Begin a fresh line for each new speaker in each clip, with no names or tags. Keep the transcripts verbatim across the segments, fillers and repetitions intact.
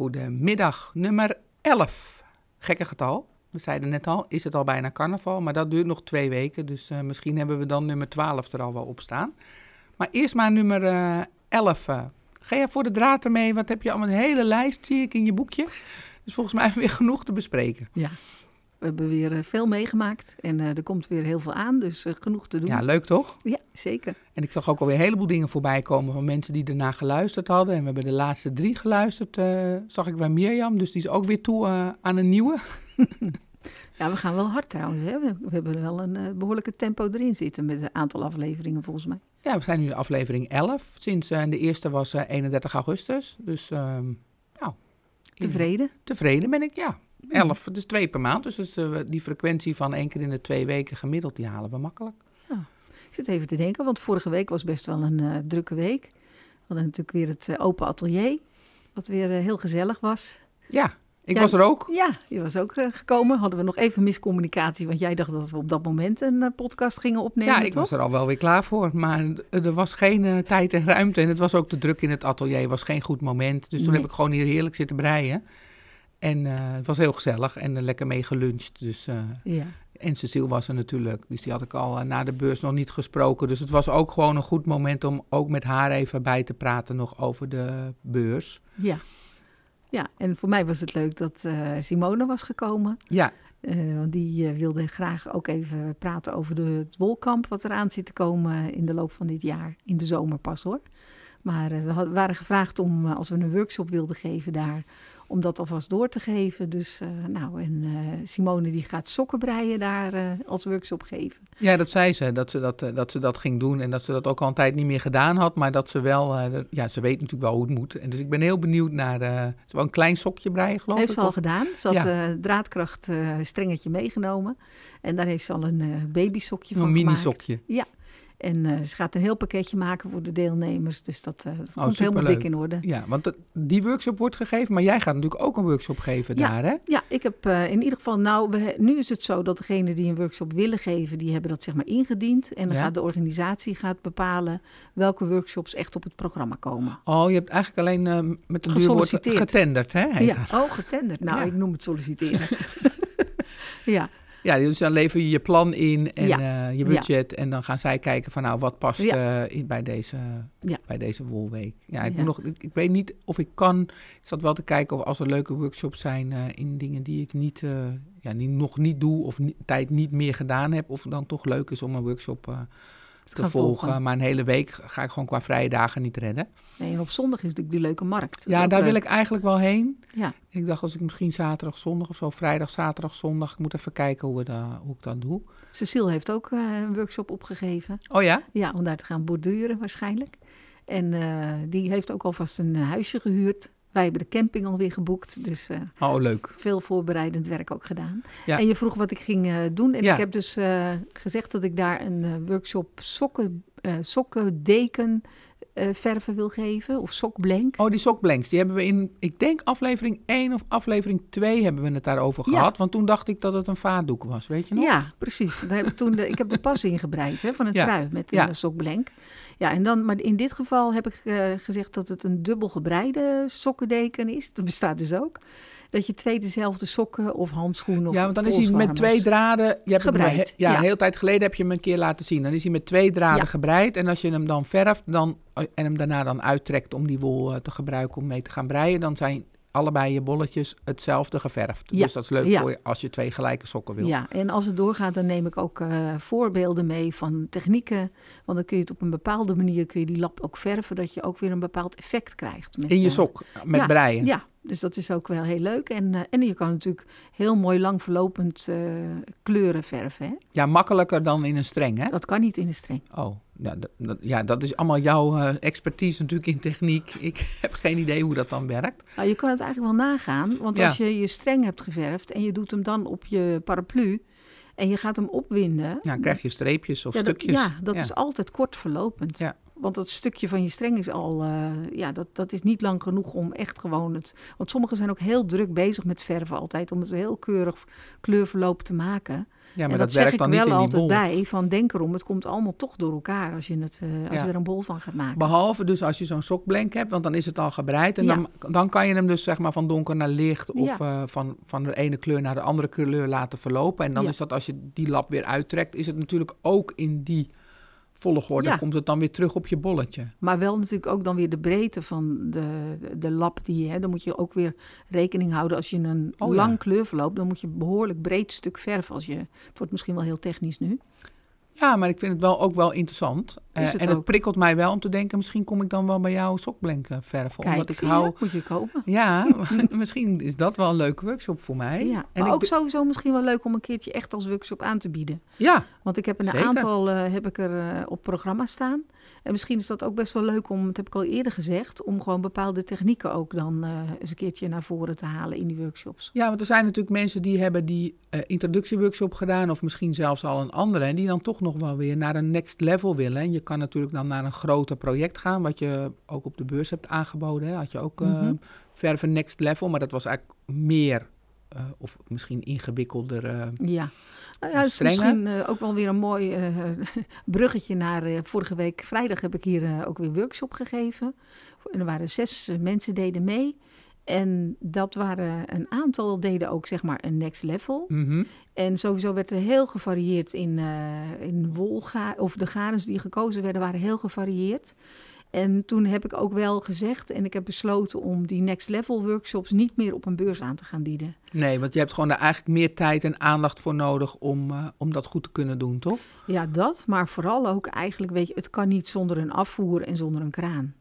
goedemiddag. Nummer elf. Gekke getal. We zeiden net al, is het al bijna carnaval, maar dat duurt nog twee weken. Dus uh, misschien hebben we dan nummer twaalf er al wel op staan. Maar eerst maar nummer uh, elf. Uh, ga je voor de draad ermee? Wat heb je allemaal? Een hele lijst zie ik in je boekje. Dus volgens mij hebben we weer genoeg te bespreken.
Ja, we hebben weer uh, veel meegemaakt en uh, er komt weer heel veel aan, dus uh, genoeg te doen.
Ja, leuk toch?
Ja, zeker.
En ik zag ook alweer een heleboel dingen voorbij komen van mensen die ernaar geluisterd hadden. En we hebben de laatste drie geluisterd, uh, zag ik bij Mirjam. Dus die is ook weer toe uh, aan een nieuwe.
Ja, we gaan wel hard trouwens. Hè? We hebben wel een uh, behoorlijke tempo erin zitten met een aantal afleveringen volgens mij.
Ja, we zijn nu in aflevering elf. Sinds uh, de eerste was uh, eenendertig augustus. Dus uh, nou...
Tevreden?
Tevreden ben ik, ja. elf, het is twee per maand. Dus, dus uh, die frequentie van één keer in de twee weken gemiddeld, die halen we makkelijk.
Ja. Ik zit even te denken, want vorige week was best wel een uh, drukke week. We hadden natuurlijk weer het uh, open atelier, wat weer uh, heel gezellig was.
Ja, ik
ja,
was er ook.
Ja, je was ook uh, gekomen. Hadden we nog even miscommunicatie, want jij dacht dat we op dat moment een uh, podcast gingen opnemen,
Ja, ik
toch?
was er al wel weer klaar voor. Maar er was geen uh, tijd en ruimte. En het was ook te druk in het atelier. Het was geen goed moment. Dus toen
Nee.
heb ik gewoon hier heerlijk zitten breien. En uh, het was heel gezellig en uh, lekker mee geluncht. Dus, uh,
Ja.
En Cecile was er natuurlijk. Dus die had ik al uh, na de beurs nog niet gesproken. Dus het was ook gewoon een goed moment om ook met haar even bij te praten nog over de beurs.
Ja. Ja, en voor mij was het leuk dat uh, Simone was gekomen.
Ja.
Uh, want die uh, wilde graag ook even praten over de, het wolkamp wat eraan zit te komen in de loop van dit jaar. In de zomer pas hoor. Maar uh, we had, waren gevraagd om, uh, als we een workshop wilden geven daar, om dat alvast door te geven. Dus uh, nou, en uh, Simone die gaat sokken breien daar uh, als workshop geven.
Ja, dat zei ze, dat ze dat, uh, dat ze dat ging doen en dat ze dat ook al een tijd niet meer gedaan had. Maar dat ze wel, uh, dat, ja, ze weet natuurlijk wel hoe het moet. En dus ik ben heel benieuwd naar, uh, ze wou een klein sokje breien geloof
heeft
ik.
Heeft ze al
of...
gedaan. Ze had
ja.
uh, draadkracht uh, strengetje meegenomen. En daar heeft ze al een uh, babysokje van
een
gemaakt.
Een mini-sokje.
Ja. En uh, ze gaat een heel pakketje maken voor de deelnemers. Dus dat, uh, dat
oh,
komt helemaal dik in orde.
Ja, want dat, die workshop wordt gegeven. Maar jij gaat natuurlijk ook een workshop geven
ja,
daar, hè?
Ja, ik heb uh, in ieder geval... Nou, we, nu is het zo dat degenen die een workshop willen geven... die hebben dat zeg maar ingediend. En dan
ja.
gaat de organisatie gaat bepalen... welke workshops echt op het programma komen.
Oh, je hebt eigenlijk alleen uh, met een duur woord getenderd, hè?
Ja, oh, getenderd. Nou, ja. Ik noem het solliciteren. ja.
Ja, dus dan lever je je plan in en
ja.
uh, je budget.
Ja.
En dan gaan zij kijken van nou, wat past ja. uh, in, bij, deze,
ja.
bij deze wolweek. Ja, ik,
ja.
moet nog, ik, ik weet niet of ik kan... Ik zat wel te kijken of als er leuke workshops zijn uh, in dingen die ik niet, uh, ja, die nog niet doe... of niet, tijd niet meer gedaan heb. Of het dan toch leuk is om een workshop uh, te volgen. volgen. Maar een hele week ga ik gewoon qua vrije dagen niet redden.
Nee, en op zondag is natuurlijk die leuke markt.
Ja, daar
leuk.
wil ik eigenlijk wel heen.
Ja.
Ik dacht als ik misschien zaterdag, zondag of zo, vrijdag, zaterdag, zondag... Ik moet even kijken hoe, we da, hoe ik dat doe.
Cecile heeft ook uh, een workshop opgegeven.
Oh ja?
Ja, om daar te gaan borduren waarschijnlijk. En uh, die heeft ook alvast een huisje gehuurd. Wij hebben de camping alweer geboekt. Dus uh,
oh, leuk.
Veel voorbereidend werk ook gedaan.
Ja.
En je vroeg wat ik ging uh, doen. En
ja.
ik heb dus uh, gezegd dat ik daar een uh, workshop sokken, uh, sokken deken... Uh, verven wil geven, of sokblank.
Oh, die sokblanks, die hebben we in, ik denk aflevering één of aflevering twee hebben we het daarover gehad. Ja. Want toen dacht ik dat het een vaatdoek was, weet je nog?
Ja, precies. Daar heb ik, toen de, ik heb de pas ingebreid hè, van een
ja.
trui met
ja.
een sokblank. Ja, en dan, maar in dit geval heb ik uh, gezegd dat het een dubbel gebreide sokkendeken is. Dat bestaat dus ook. Dat je twee dezelfde sokken of handschoenen of
ja, want dan is hij met twee draden... Je hebt
gebreid.
Hem, ja,
ja,
een hele tijd geleden heb je hem een keer laten zien. Dan is hij met twee draden ja. gebreid. En als je hem dan verft dan, en hem daarna dan uittrekt om die wol uh, te gebruiken om mee te gaan breien... dan zijn allebei je bolletjes hetzelfde geverfd.
Ja.
Dus dat is leuk
ja.
voor je als je twee gelijke sokken wil.
Ja, en als het doorgaat, dan neem ik ook uh, voorbeelden mee van technieken. Want dan kun je het op een bepaalde manier, kun je die lap ook verven... dat je ook weer een bepaald effect krijgt. Met,
in je
uh,
sok, met
ja,
breien.
Ja, dus dat is ook wel heel leuk. En, uh, en je kan natuurlijk heel mooi lang verlopend uh, kleuren verven. Hè?
Ja, makkelijker dan in een streng, hè?
Dat kan niet in een streng.
Oh, ja, dat, dat, ja, dat is allemaal jouw uh, expertise natuurlijk in techniek. Ik heb geen idee hoe dat dan werkt.
Nou, je kan het eigenlijk wel nagaan. Want
ja.
als je je streng hebt geverfd en je doet hem dan op je paraplu... en je gaat hem opwinden...
Ja, dan krijg je streepjes of
ja,
stukjes.
Dat, ja, dat
ja.
is altijd kort verlopend.
Ja.
Want dat stukje van je streng is al, uh, ja, dat, dat is niet lang genoeg om echt gewoon het... Want sommigen zijn ook heel druk bezig met verven altijd, om het een heel keurig kleurverloop te maken.
Ja, maar
en
dat,
dat
werkt
zeg
dan
ik wel
niet in die
altijd
bol.
bij, van denk erom, het komt allemaal toch door elkaar als je, het, uh, als
ja.
je er een bol van gaat maken.
Behalve dus als je zo'n sokblank hebt, want dan is het al gebreid. En
ja.
dan, dan kan je hem dus zeg maar van donker naar licht of
Ja.
uh, van, van de ene kleur naar de andere kleur laten verlopen. En dan
Ja.
is dat als je die lap weer uittrekt, is het natuurlijk ook in die volgorde,
Ja.
komt het dan weer terug op je bolletje.
Maar wel natuurlijk ook dan weer de breedte van de, de lap die je hebt. Dan moet je ook weer rekening houden als je een
Oh,
lang
ja.
kleurverloop. Dan moet je een behoorlijk breed stuk verf. Als je, het wordt misschien wel heel technisch nu.
Ja, maar ik vind het wel ook wel interessant. Uh,
het
en
ook.
het prikkelt mij wel om te denken, misschien kom ik dan wel bij jou sokblank verven.
Kijk,
omdat ik
zie
hou...
je, moet je kopen.
Ja, misschien is dat wel een leuke workshop voor mij.
Ja,
en
maar
ik
ook
be-
sowieso misschien wel leuk om een keertje echt als workshop aan te bieden.
Ja,
Want ik heb een
Zeker.
aantal uh, heb ik er uh, op programma staan. En misschien is dat ook best wel leuk om, dat heb ik al eerder gezegd, om gewoon bepaalde technieken ook dan uh, eens een keertje naar voren te halen in die workshops.
Ja, want er zijn natuurlijk mensen die hebben die uh, introductieworkshop gedaan of misschien zelfs al een andere en die dan toch nog wel weer naar een next level willen. En je kan natuurlijk dan naar een groter project gaan, wat je ook op de beurs hebt aangeboden. Hè. Had je ook uh,
Mm-hmm.
verven next level, maar dat was eigenlijk meer uh, of misschien ingewikkelder. Uh,
ja. Nou ja, dat is misschien uh, ook wel weer een mooi uh, bruggetje naar uh, vorige week vrijdag heb ik hier uh, ook weer workshop gegeven. En er waren zes uh, mensen deden mee. En dat waren een aantal deden ook zeg maar een next level.
Mm-hmm.
En sowieso werd er heel gevarieerd in, uh, in wolga, of de garens die gekozen werden waren heel gevarieerd. En toen heb ik ook wel gezegd en ik heb besloten om die next level workshops niet meer op een beurs aan te gaan bieden.
Nee, want je hebt gewoon er eigenlijk meer tijd en aandacht voor nodig om, uh, om dat goed te kunnen doen, toch?
Ja, dat, maar vooral ook eigenlijk, weet je, het kan niet zonder een afvoer en zonder een kraan.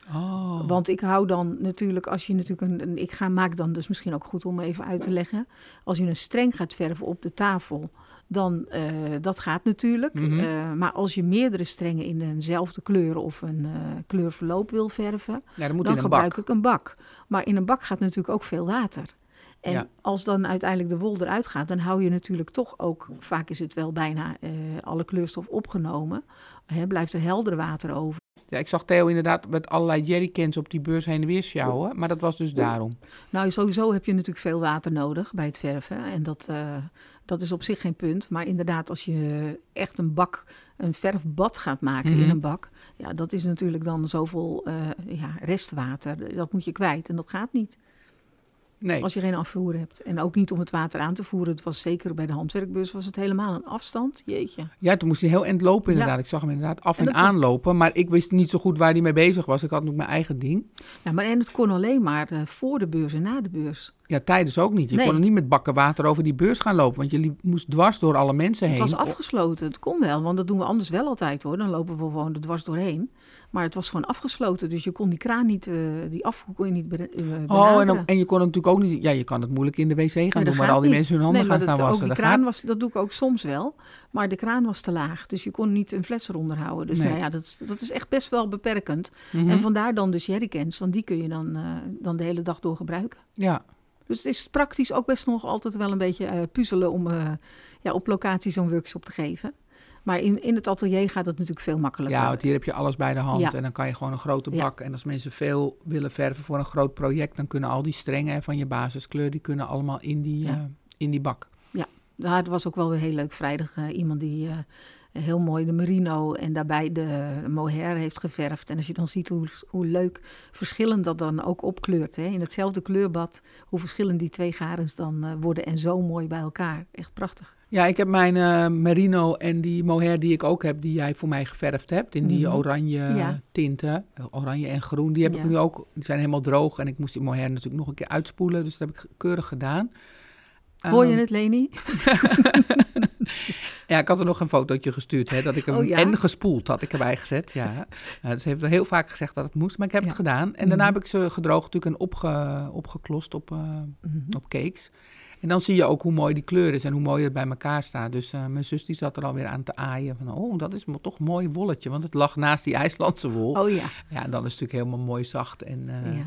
Oh.
Want ik hou dan natuurlijk, als je natuurlijk een, een ik ga maak dan dus misschien ook goed om even uit te leggen. Als je een streng gaat verven op de tafel, dan uh, dat gaat natuurlijk.
Mm-hmm.
Uh, maar als je meerdere strengen in eenzelfde kleur of een uh, kleurverloop wil verven,
ja, dan moet
dan
in een
gebruik
bak.
ik een bak. Maar in een bak gaat natuurlijk ook veel water. En
ja.
als dan uiteindelijk de wol eruit gaat, dan hou je natuurlijk toch ook, vaak is het wel bijna uh, alle kleurstof opgenomen. Hè, blijft er helder water over.
Ja, ik zag Theo inderdaad met allerlei jerrycans op die beurs heen en weer sjouwen, maar dat was dus daarom.
Nou, sowieso heb je natuurlijk veel water nodig bij het verven en dat, uh, dat is op zich geen punt. Maar inderdaad, als je echt een bak, een verfbad gaat maken mm-hmm. in een bak, ja, dat is natuurlijk dan zoveel uh, ja, restwater. Dat moet je kwijt en dat gaat niet.
Nee.
Als je geen afvoer hebt. En ook niet om het water aan te voeren. Het was zeker bij de handwerkbeurs was het helemaal een afstand. Jeetje.
Ja, toen moest hij heel eind lopen inderdaad. Ja. Ik zag hem inderdaad af en, en aanlopen. Maar ik wist niet zo goed waar hij mee bezig was. Ik had nog mijn eigen ding.
Ja, maar en het kon alleen maar uh, voor de beurs en na de beurs.
Ja, tijdens ook niet. Je
nee.
kon er niet met bakken water over die beurs gaan lopen. Want je liep, moest dwars door alle mensen heen.
Het was afgesloten. Het kon wel, want dat doen we anders wel altijd hoor. Dan lopen we gewoon er dwars doorheen. Maar het was gewoon afgesloten. Dus je kon die kraan niet, uh, die afvoer kon je niet be- uh, benaderen.
Oh, en, dan, en je kon het natuurlijk ook niet... Ja, je kan het moeilijk in de wc gaan nee, doen, waar al die
niet.
mensen hun handen
nee,
gaan staan
dat,
wassen.
Ook die
dat,
kraan
gaat...
was, dat doe ik ook soms wel. Maar de kraan was te laag. Dus je kon niet een fles eronder houden. Dus
nee.
nou ja, dat is, dat is echt best wel beperkend.
Mm-hmm.
En vandaar dan de jerrycans. Want die kun je dan, uh, dan de hele dag door gebruiken.
Ja.
Dus het is praktisch ook best nog altijd wel een beetje uh, puzzelen om uh, ja, op locatie zo'n workshop te geven. Maar in, in het atelier gaat het natuurlijk veel makkelijker.
Ja, want hier heb je alles bij de hand
ja.
en dan kan je gewoon een grote bak. Ja. En als mensen veel willen verven voor een groot project, dan kunnen al die strengen van je basiskleur, die kunnen allemaal in die, ja. uh, in die bak.
Ja, nou, het was ook wel weer heel leuk. Vrijdag uh, iemand die uh, heel mooi de merino en daarbij de mohair heeft geverfd. En als je dan ziet hoe, hoe leuk verschillend dat dan ook opkleurt. Hè? In hetzelfde kleurbad, hoe verschillend die twee garens dan uh, worden en zo mooi bij elkaar. Echt prachtig.
Ja, ik heb mijn uh, merino en die mohair die ik ook heb, die jij voor mij geverfd hebt. In die mm-hmm. oranje ja. tinten, oranje en groen. Die heb ja. ik nu ook, die zijn helemaal droog. En ik moest die mohair natuurlijk nog een keer uitspoelen. Dus dat heb ik keurig gedaan.
Hoor je um, het, Leni?
Ja, ik had er nog een fotootje gestuurd, hè, dat ik hem
oh, ja?
en gespoeld had. Ik heb bijgezet, ja. Uh, dus ze heeft heel vaak gezegd dat het moest, maar ik heb ja. het gedaan. En mm-hmm. daarna heb ik ze gedroogd natuurlijk en opge, opgeklost op, uh, mm-hmm. op cakes. En dan zie je ook hoe mooi die kleur is en hoe mooi het bij elkaar staat. Dus uh, mijn zus die zat er alweer aan te aaien. Van, oh, dat is toch een mooi wolletje. Want het lag naast die IJslandse wol.
Oh ja.
Ja, en dan is het natuurlijk helemaal mooi zacht en, uh, ja.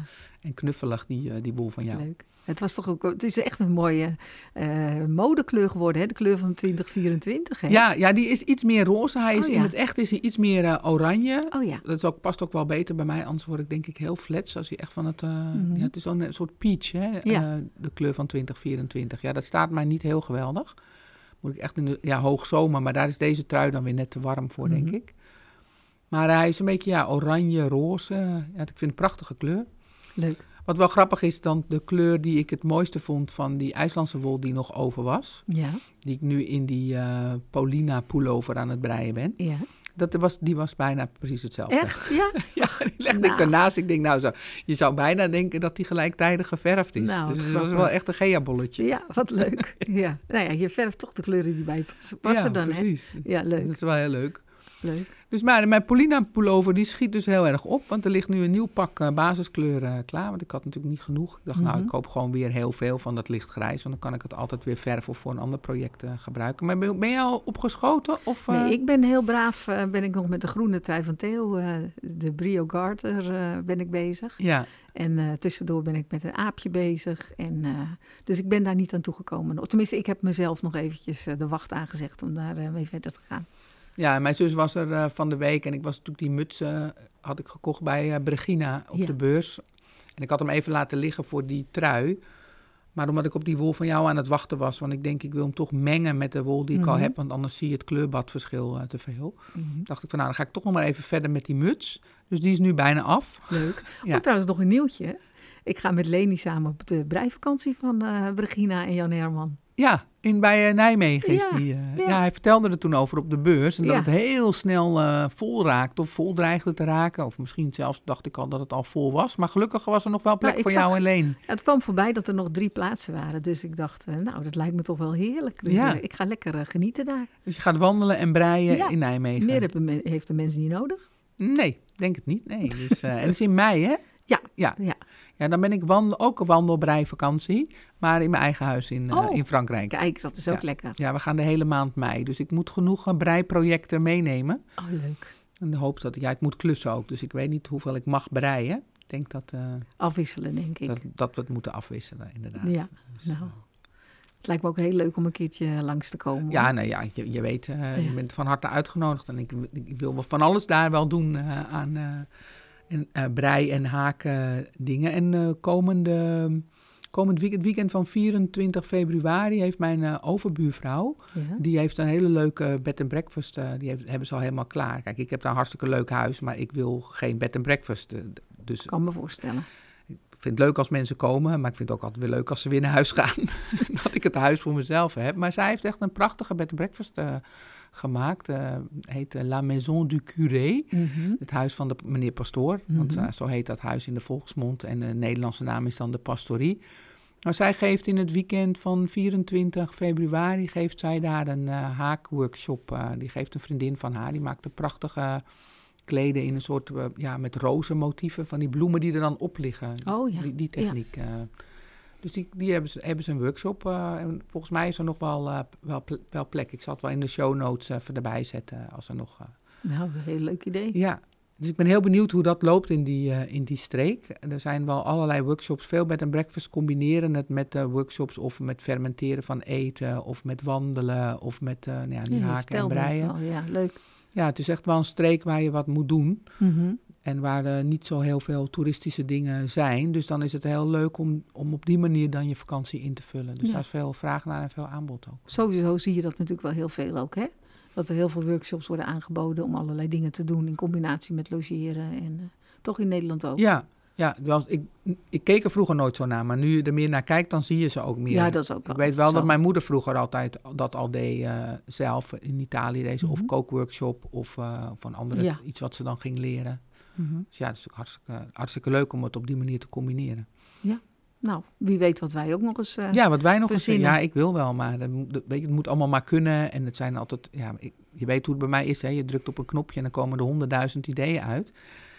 en knuffelig, die, uh, die wol van jou.
Leuk. Het was toch ook, het is echt een mooie uh, modekleur geworden, hè? De kleur van twintig vierentwintig. Hè?
Ja, ja, die is iets meer roze. Hij is
oh, ja.
in het echt is hij iets meer uh, oranje.
Oh, ja.
Dat is ook, past ook wel beter bij mij, anders word ik denk ik heel flats. Als je echt van het, uh,
mm-hmm.
ja, het is zo'n soort peach, hè?
Ja.
Uh, de kleur van twintig vierentwintig. Ja, dat staat mij niet heel geweldig. Moet ik echt in de ja, hoogzomer, maar daar is deze trui dan weer net te warm voor, mm-hmm. denk ik. Maar uh, hij is een beetje ja, oranje, roze. Ja, ik vind het een prachtige kleur.
Leuk.
Wat wel grappig is, dan de kleur die ik het mooiste vond van die IJslandse wol die nog over was.
Ja.
Die ik nu in die uh, Paulina pullover aan het breien ben.
Ja.
Dat was, die was bijna precies hetzelfde.
Echt? Ja?
Ja, die legde
nou.
ik daarnaast. Ik denk, nou, zo, je zou bijna denken dat die gelijktijdig geverfd is.
Nou,
dus het was wel echt een Gea-bolletje.
Ja, wat leuk. Ja. Nou ja, je verft toch de kleuren die bij passen
ja,
dan,
precies.
hè? Ja, leuk.
Dat is wel heel leuk.
Leuk.
Dus maar mijn Paulina pullover die schiet dus heel erg op. Want er ligt nu een nieuw pak uh, basiskleuren uh, klaar. Want ik had natuurlijk niet genoeg. Ik dacht, mm-hmm. nou, ik koop gewoon weer heel veel van dat lichtgrijs. Want dan kan ik het altijd weer verven of voor een ander project uh, gebruiken. Maar ben, ben je al opgeschoten? Of, uh...
Nee, ik ben heel braaf. Uh, ben ik nog met de groene trui van Theo. Uh, de Brio Garter uh, ben ik bezig.
Ja.
En uh, tussendoor ben ik met een aapje bezig. En, uh, dus ik ben daar niet aan toegekomen. Tenminste, ik heb mezelf nog eventjes uh, de wacht aangezegd om daar uh, mee verder te gaan.
Ja, mijn zus was er uh, van de week en ik was natuurlijk die muts uh, had ik gekocht bij uh, Bregina op ja. de beurs. En ik had hem even laten liggen voor die trui. Maar omdat ik op die wol van jou aan het wachten was, want ik denk ik wil hem toch mengen met de wol die ik mm-hmm. al heb, want anders zie je het kleurbadverschil uh, te veel. Mm-hmm. Dacht ik van nou, dan ga ik toch nog maar even verder met die muts. Dus die is nu bijna af.
Leuk. Ja. Oh, trouwens nog een nieuwtje. Ik ga met Leni samen op de breivakantie van uh, Bregina en Jan Herman.
Ja, in, bij uh, Nijmegen is
ja,
die. Uh,
ja.
ja, hij vertelde er toen over op de beurs. En dat
ja.
het heel snel uh, vol raakte of vol dreigde te raken. Of misschien zelfs dacht ik al dat het al vol was. Maar gelukkig was er nog wel plek nou, voor zag, jou en Leni.
Het kwam voorbij dat er nog drie plaatsen waren. Dus ik dacht, uh, nou, dat lijkt me toch wel heerlijk. Dus ja. uh, ik ga lekker uh, genieten daar.
Dus je gaat wandelen en breien
ja.
in Nijmegen.
Meer hebben, heeft de mensen niet nodig.
Nee, denk het niet. Nee. Dus, uh, en dat is in mei, hè?
Ja.
Ja.
ja.
Ja, dan ben ik wandel, ook een wandelbreivakantie, maar in mijn eigen huis in,
oh,
uh, in Frankrijk.
Kijk, dat is ook
ja.
lekker.
Ja, we gaan de hele maand mei, dus ik moet genoeg uh, breiprojecten meenemen.
Oh, leuk.
En de hoop dat, ja, ik moet klussen ook, dus ik weet niet hoeveel ik mag breien. Ik denk dat... Uh,
afwisselen, denk ik.
Dat, dat we het moeten afwisselen, inderdaad.
Ja, dus, nou... Uh, Het lijkt me ook heel leuk om een keertje langs te komen.
Ja, nou ja, je, je weet, uh, ja. je bent van harte uitgenodigd. En ik, ik wil wel van alles daar wel doen uh, aan uh, en, uh, brei- en haken dingen. En uh, komende, komend weekend, weekend van vierentwintig februari heeft mijn uh, overbuurvrouw... Ja. Die heeft een hele leuke bed and breakfast. Uh, die heeft, hebben ze al helemaal klaar. Kijk, ik heb daar een hartstikke leuk huis, maar ik wil geen bed and breakfast. Uh, dus,
kan me voorstellen.
Ik vind het leuk als mensen komen, maar ik vind het ook altijd weer leuk als ze weer naar huis gaan. Dat ik het huis voor mezelf heb. Maar zij heeft echt een prachtige bed and breakfast uh, gemaakt. Het uh, heet uh, La Maison du Curé. Mm-hmm. Het huis van de meneer Pastoor. Mm-hmm. Want uh, zo heet dat huis in de volksmond. En de Nederlandse naam is dan de Pastorie. Nou, zij geeft in het weekend van vierentwintig februari... geeft zij daar een uh, haakworkshop. Uh, die geeft een vriendin van haar. Die maakt een prachtige... kleden in een soort, uh, ja, met rozenmotieven van die bloemen die er dan op liggen.
Oh ja.
Die, die techniek. Ja. Uh, dus die, die hebben, ze, hebben ze een workshop. Uh, en volgens mij is er nog wel, uh, wel, wel plek. Ik zal het wel in de show notes uh, even erbij zetten als er nog... Uh...
Nou, een heel leuk idee.
Ja, dus ik ben heel benieuwd hoe dat loopt in die, uh, in die streek. Er zijn wel allerlei workshops. Veel bed and breakfast combineren het met uh, workshops of met fermenteren van eten of met wandelen of met uh, nou ja, nu
ja,
haken en breien.
Al, ja, leuk.
Ja, het is echt wel een streek waar je wat moet doen.
Mm-hmm.
En waar er niet zo heel veel toeristische dingen zijn. Dus dan is het heel leuk om, om op die manier dan je vakantie in te vullen. Dus ja. daar is veel vraag naar en veel aanbod ook.
Sowieso zie je dat natuurlijk wel heel veel ook, hè? Dat er heel veel workshops worden aangeboden om allerlei dingen te doen in combinatie met logeren. En uh, toch in Nederland ook.
Ja, ja was, ik, ik keek er vroeger nooit zo naar. Maar nu je er meer naar kijkt, dan zie je ze ook meer.
Ja, dat is ook
Ik weet wel zo. Dat mijn moeder vroeger altijd dat al deed uh, zelf in Italië. Deze mm-hmm. of kookworkshop of uh, van andere ja. iets wat ze dan ging leren. Mm-hmm. Dus ja, het is hartstikke, hartstikke leuk om het op die manier te combineren.
Ja, nou, wie weet wat wij ook nog eens uh,
Ja, wat wij nog
verzinnen.
eens... Ja, ik wil wel, maar de, de, weet je, het moet allemaal maar kunnen. En het zijn altijd... Ja, ik, je weet hoe het bij mij is, hè. Je drukt op een knopje en dan komen er honderdduizend ideeën uit.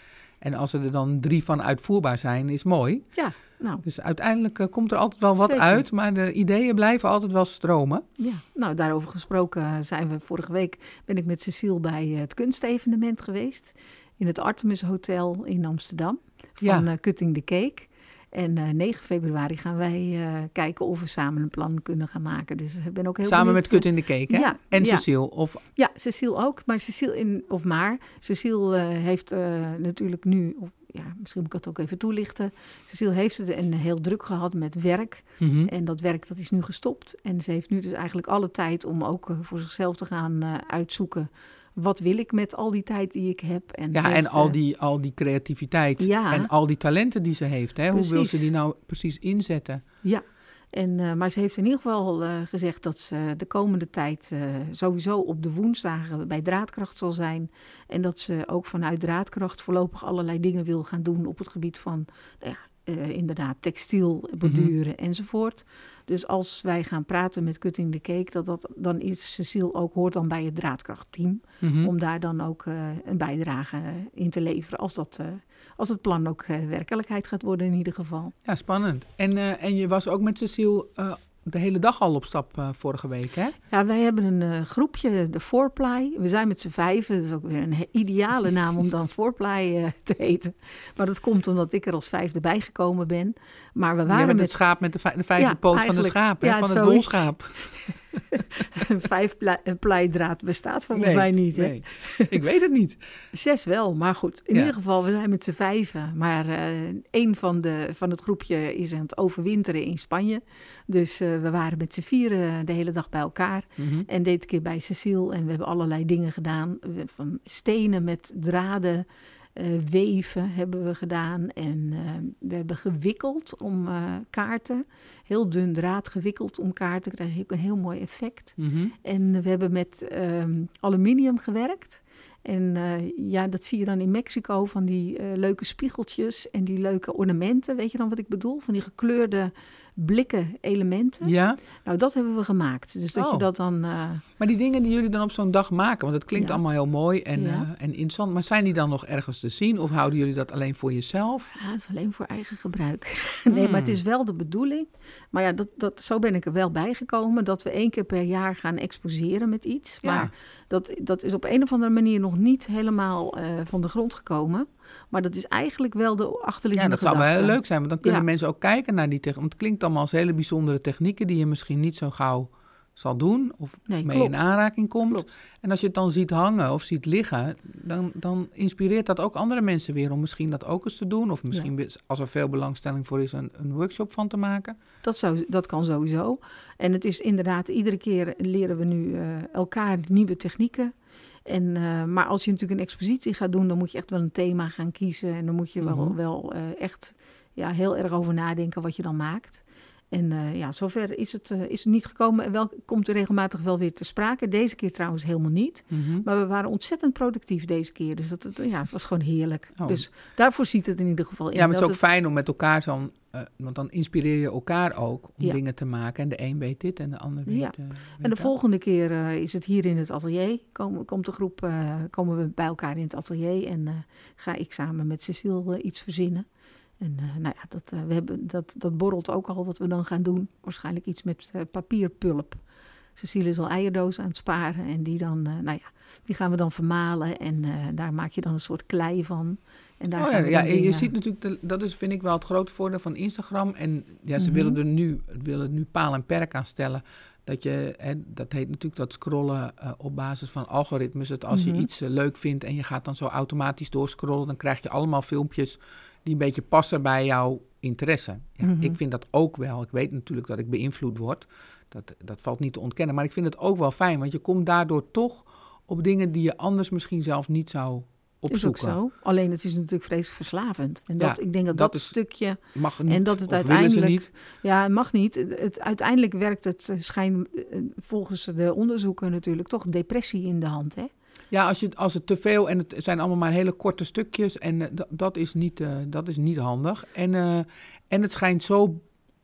En als er dan drie van uitvoerbaar zijn, is mooi.
Ja, nou.
Dus uiteindelijk uh, komt er altijd wel wat
Zeker.
uit, maar de ideeën blijven altijd wel stromen.
Ja, nou, daarover gesproken zijn we vorige week... ben ik met Cecile bij het kunstevenement geweest... in het Artemis Hotel in Amsterdam, van ja. uh, Cutting the Cake. En uh, negen februari gaan wij uh, kijken of we samen een plan kunnen gaan maken. Dus ik ben ook heel
Samen
benieuwd.
met Kut in de Cake, hè?
Ja,
en
ja.
Cecile? Of...
Ja, Cecile ook. Maar Cecile, in, of maar, Cecile uh, heeft uh, natuurlijk nu... Of, ja, misschien moet ik dat ook even toelichten. Cecile heeft het een heel druk gehad met werk.
Mm-hmm.
En dat werk dat is nu gestopt. En ze heeft nu dus eigenlijk alle tijd om ook uh, voor zichzelf te gaan uh, uitzoeken... Wat wil ik met al die tijd die ik heb? En
ja,
heeft,
en al die, al die creativiteit
ja,
en al die talenten die ze heeft. Hè? Hoe wil ze die nou precies inzetten?
Ja, en, uh, maar ze heeft in ieder geval uh, gezegd dat ze de komende tijd uh, sowieso op de woensdagen bij Draadkracht zal zijn. En dat ze ook vanuit Draadkracht voorlopig allerlei dingen wil gaan doen op het gebied van... Nou ja, Uh, inderdaad, textiel, borduren mm-hmm. enzovoort. Dus als wij gaan praten met Cutting the Cake, dat dat, dan is Cecile ook, hoort dan bij het Draadkrachtteam. Mm-hmm. Om daar dan ook uh, een bijdrage in te leveren. Als, dat, uh, als het plan ook uh, werkelijkheid gaat worden in ieder geval.
Ja, spannend. En, uh, en je was ook met Cecile... Uh... de hele dag al op stap uh, vorige week, hè?
Ja, wij hebben een uh, groepje, de Fourply. We zijn met z'n vijven. Dat is ook weer een ideale naam om dan Fourply uh, te heten. Maar dat komt omdat ik er als vijfde bijgekomen ben. Maar we waren
ja, met
met
het schaap met de, vij- de vijfde ja, poot van de schaap, hè?
Ja,
van het, het wolschaap.
Een vijfpleidraad bestaat volgens nee, mij niet, hè?
Nee, ik weet het niet.
Zes wel, maar goed. In ja. ieder geval, we zijn met z'n vijven. Maar uh, één van, de, van het groepje is aan het overwinteren in Spanje. Dus uh, we waren met z'n vieren de hele dag bij elkaar. Mm-hmm. En dit keer bij Cecile. En we hebben allerlei dingen gedaan. Van stenen met draden. Uh, weven hebben we gedaan. En uh, we hebben gewikkeld om uh, kaarten. Heel dun draad gewikkeld om kaarten. Krijg je ook een heel mooi effect. Mm-hmm. En we hebben met um, aluminium gewerkt. En uh, ja, dat zie je dan in Mexico van die uh, leuke spiegeltjes en die leuke ornamenten. Weet je dan wat ik bedoel? Van die gekleurde blikken elementen.
Ja.
Nou, dat hebben we gemaakt. Dus dat
oh.
je dat dan... Uh...
Maar die dingen die jullie dan op zo'n dag maken, want het klinkt
ja.
allemaal heel mooi en,
ja.
uh, en interessant. Maar zijn die dan nog ergens te zien of houden jullie dat alleen voor jezelf?
Ja, het is alleen voor eigen gebruik. nee, mm. maar het is wel de bedoeling. Maar ja, dat, dat, zo ben ik er wel bijgekomen dat we één keer per jaar gaan exposeren met iets.
Ja.
Maar dat, dat is op een of andere manier nog niet helemaal uh, van de grond gekomen. Maar dat is eigenlijk wel de achterliggende gedachte.
Ja, dat zou wel heel leuk zijn, want dan kunnen
ja.
mensen ook kijken naar die techniek. Want het klinkt allemaal als hele bijzondere technieken die je misschien niet zo gauw zal doen of
nee,
mee
klopt.
in aanraking komt.
Klopt.
En als je het dan ziet hangen of ziet liggen, dan, dan inspireert dat ook andere mensen weer om misschien dat ook eens te doen. Of misschien, ja. als er veel belangstelling voor is, een, een workshop van te maken.
Dat, zou, dat kan sowieso. En het is inderdaad, iedere keer leren we nu uh, elkaar nieuwe technieken. En, uh, maar als je natuurlijk een expositie gaat doen, dan moet je echt wel een thema gaan kiezen. En dan moet je wel, mm-hmm. wel uh, echt ja, heel erg over nadenken wat je dan maakt. En uh, ja, zover is het, uh, is het niet gekomen. En wel komt er regelmatig wel weer te sprake. Deze keer trouwens helemaal niet. Mm-hmm. Maar we waren ontzettend productief deze keer. Dus dat, het, ja, het was gewoon heerlijk. Oh. Dus daarvoor ziet het in ieder geval in.
Ja, maar het is ook
het...
fijn om met elkaar zo'n... Uh, want dan inspireer je elkaar ook om ja. dingen te maken. En de een weet dit en de ander weet...
Ja.
Uh, weet
en de
dat.
volgende keer uh, is het hier in het atelier. Kom, komt de groep, uh, komen we bij elkaar in het atelier. En uh, ga ik samen met Cecile uh, iets verzinnen. En uh, nou ja, dat, uh, we hebben, dat, dat borrelt ook al wat we dan gaan doen. Waarschijnlijk iets met uh, papierpulp. Cecile is al eierdozen aan het sparen. En die, dan, uh, nou ja, die gaan we dan vermalen. En uh, daar maak je dan een soort klei van. En daar
oh
gaan
ja,
we
ja
dingen...
je ziet natuurlijk, de, dat is vind ik wel het grote voordeel van Instagram. En ja, ze mm-hmm. willen er nu, willen nu paal en perk aan stellen. Dat je, hè, dat heet natuurlijk dat scrollen uh, op basis van algoritmes. Dat als mm-hmm. je iets uh, leuk vindt en je gaat dan zo automatisch doorscrollen, dan krijg je allemaal filmpjes die een beetje passen bij jouw interesse. Ja, mm-hmm. Ik vind dat ook wel. Ik weet natuurlijk dat ik beïnvloed word. Dat, dat valt niet te ontkennen. Maar ik vind het ook wel fijn, want je komt daardoor toch op dingen die je anders misschien zelf niet zou opzoeken.
Is ook zo. Alleen het is natuurlijk vreselijk verslavend. En dat,
ja,
ik denk dat dat,
dat is,
stukje...
Mag niet,
en dat het
of
uiteindelijk...
niet?
Ja, het mag niet. Het, het, uiteindelijk werkt het schijn, volgens de onderzoeken natuurlijk toch depressie in de hand, hè?
Ja, als, je, als het te veel en het zijn allemaal maar hele korte stukjes en uh, d- dat, is niet, uh, dat is niet handig. En, uh, en het schijnt zo